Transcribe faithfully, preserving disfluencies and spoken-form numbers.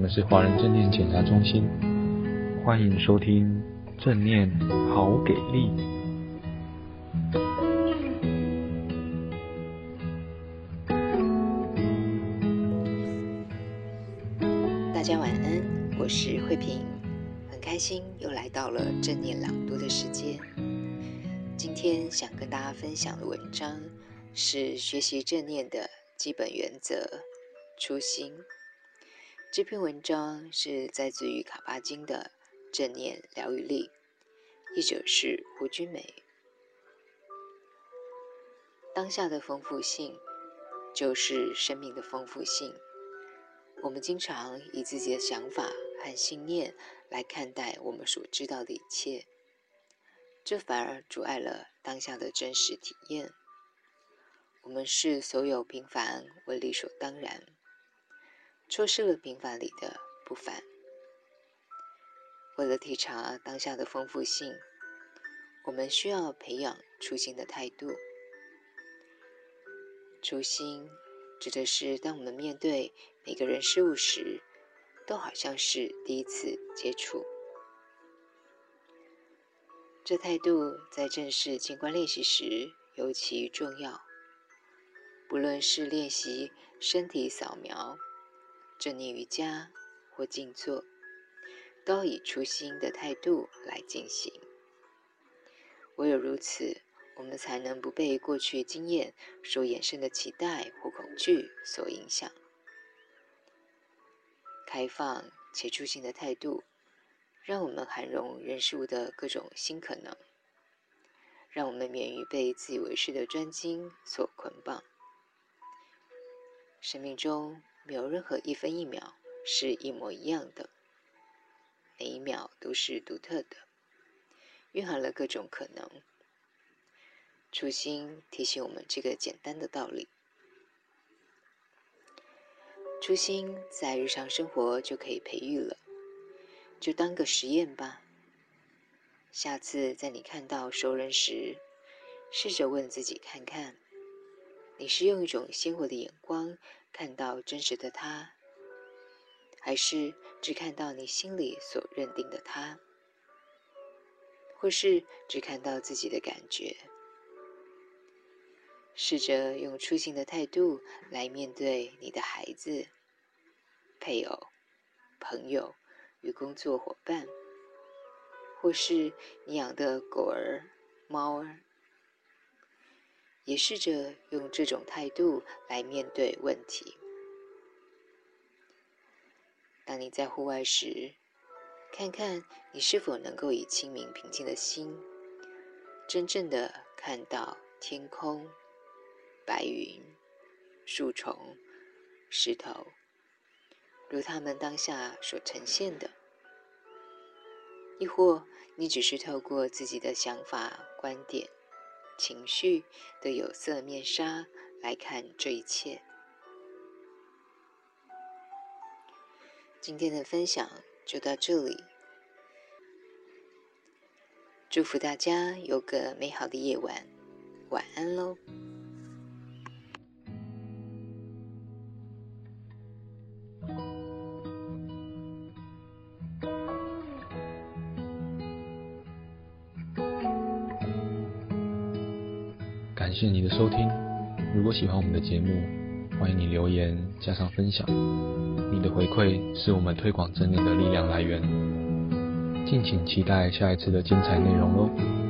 是华人正念检查中心，欢迎收听正念好给力。 大家晚安，我是慧萍，很开心又来到了正念朗读的时间。今天想跟大家分享的文章是学习正念的基本原则——初心。这篇文章是摘自于卡巴金的《正念疗愈力》，译者是胡君美。当下的丰富性就是生命的丰富性。我们经常以自己的想法和信念来看待我们所知道的一切，这反而阻碍了当下的真实体验。我们视所有平凡为理所当然，错失了平凡里的不凡。为了体察当下的丰富性，我们需要培养初心的态度。初心指的是当我们面对每个人事物时，都好像是第一次接触。这态度在正式静观练习时尤其重要。不论是练习身体扫描、正念瑜伽或静坐，都要以初心的态度来进行。唯有如此，我们才能不被过去经验所衍生的期待或恐惧所影响。开放且初心的态度，让我们涵容人事物的各种新可能，让我们免于被自以为是的专精所捆绑。生命中没有任何一分一秒是一模一样的，每一秒都是独特的，蕴含了各种可能。初心提醒我们这个简单的道理。初心在日常生活就可以培育了，就当个实验吧。下次在你看到熟人时，试着问自己看看，你是用一种鲜活的眼光看到真实的他，还是只看到你心里所认定的他，或是只看到自己的感觉？试着用初心的态度来面对你的孩子、配偶、朋友与工作伙伴，或是你养的狗儿、猫儿。也试着用这种态度来面对问题。当你在户外时，看看你是否能够以清明平静的心，真正的看到天空、白云、树丛、石头，如它们当下所呈现的。亦或你只是透过自己的想法、观点、情绪的有色面纱来看这一切。今天的分享就到这里，祝福大家有个美好的夜晚，晚安喽。 感谢你的收听，如果喜欢我们的节目，欢迎你留言加上分享，你的回馈是我们推广正念的力量来源。敬请期待下一次的精彩内容咯。